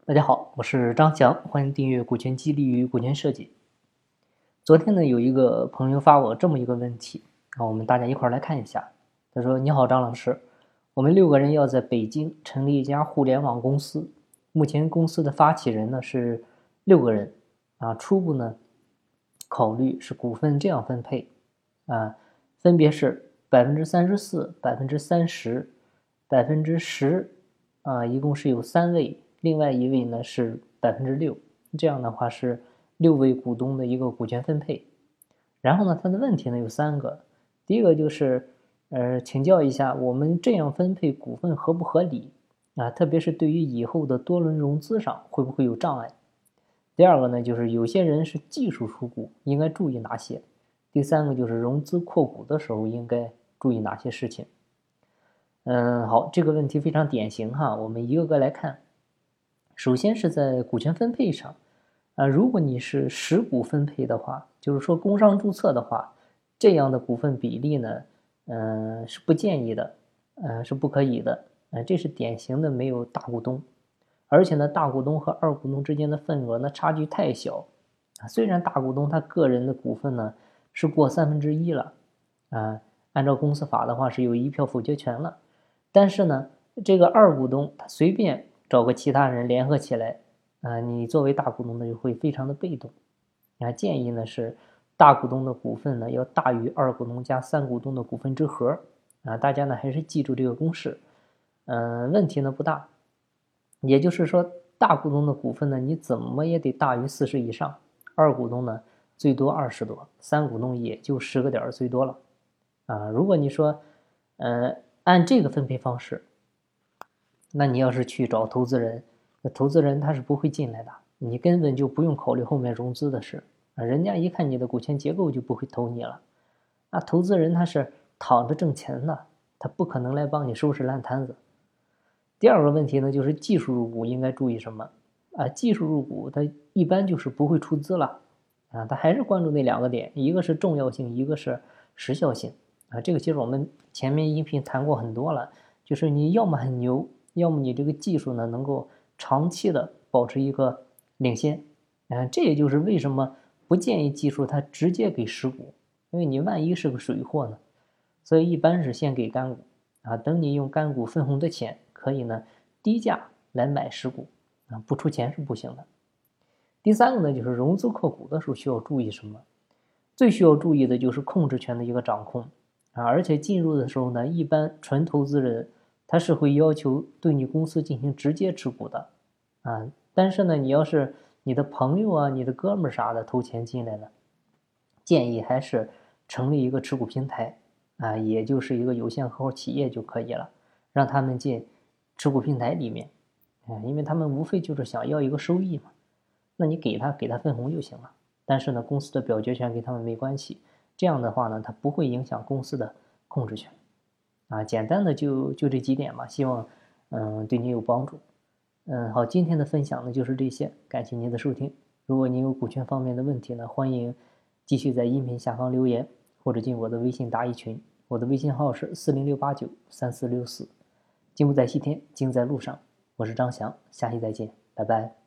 大家好，我是张翔，欢迎订阅股权激励与股权设计。昨天呢，有一个朋友发我这么一个问题，我们大家一块来看一下。他说：“你好，张老师，我们6个人要在北京成立一家互联网公司，目前公司的发起人呢是6个人，初步呢考虑是股份这样分配，分别是34%、30%、10%，一共是有3位。”另外一位呢是6%，这样的话是6位股东的一个股权分配。然后呢，他的问题呢有3个，第一个就是请教一下，我们这样分配股份合不合理特别是对于以后的多轮融资上会不会有障碍？第二个呢，就是有些人是技术出股，应该注意哪些？第三个就是融资扩股的时候应该注意哪些事情？好，这个问题非常典型哈，我们一个个来看。首先是在股权分配上，如果你是实股分配的话，就是说工商注册的话，这样的股份比例呢，是不建议的，是不可以的，这是典型的没有大股东，而且呢，大股东和二股东之间的份额呢差距太小，虽然大股东他个人的股份呢是过1/3了，按照公司法的话是有1票否决权了，但是呢，这个二股东他随便找个其他人联合起来，你作为大股东呢就会非常的被动，建议呢是大股东的股份呢要大于二股东加3股东的股份之和，大家呢还是记住这个公式，问题呢不大，也就是说大股东的股份呢你怎么也得大于40以上，二股东呢最多20多，3股东也就10个点最多了，如果你说，按这个分配方式。那你要是去找投资人，那投资人他是不会进来的，你根本就不用考虑后面融资的事，人家一看你的股权结构就不会投你了。投资人他是躺着挣钱的，他不可能来帮你收拾烂摊子。第二个问题呢，就是技术入股应该注意什么？技术入股它一般就是不会出资了，他还是关注那2个点，一个是重要性，一个是时效性。这个其实我们前面音频谈过很多了，就是你要么很牛。要么你这个技术呢能够长期的保持一个领先，这也就是为什么不建议技术它直接给实股，因为你万一是个水货呢，所以一般是先给干股，等你用干股分红的钱，可以呢低价来买实股，不出钱是不行的。第三个呢就是融资扩股的时候需要注意什么？最需要注意的就是控制权的一个掌控，而且进入的时候呢，一般纯投资人。他是会要求对你公司进行直接持股的，但是呢，你要是你的朋友你的哥们儿啥的投钱进来了，建议还是成立一个持股平台，也就是一个有限合伙企业就可以了，让他们进持股平台里面，因为他们无非就是想要一个收益嘛，那你给他分红就行了，但是呢，公司的表决权跟他们没关系，这样的话呢，它不会影响公司的控制权。简单的就这几点吧，希望对你有帮助。好，今天的分享呢就是这些，感谢您的收听。如果您有股权方面的问题呢，欢迎继续在音频下方留言，或者进我的微信答疑群，我的微信号是406893464。金不在西天，金在路上。我是张翔，下期再见，拜拜。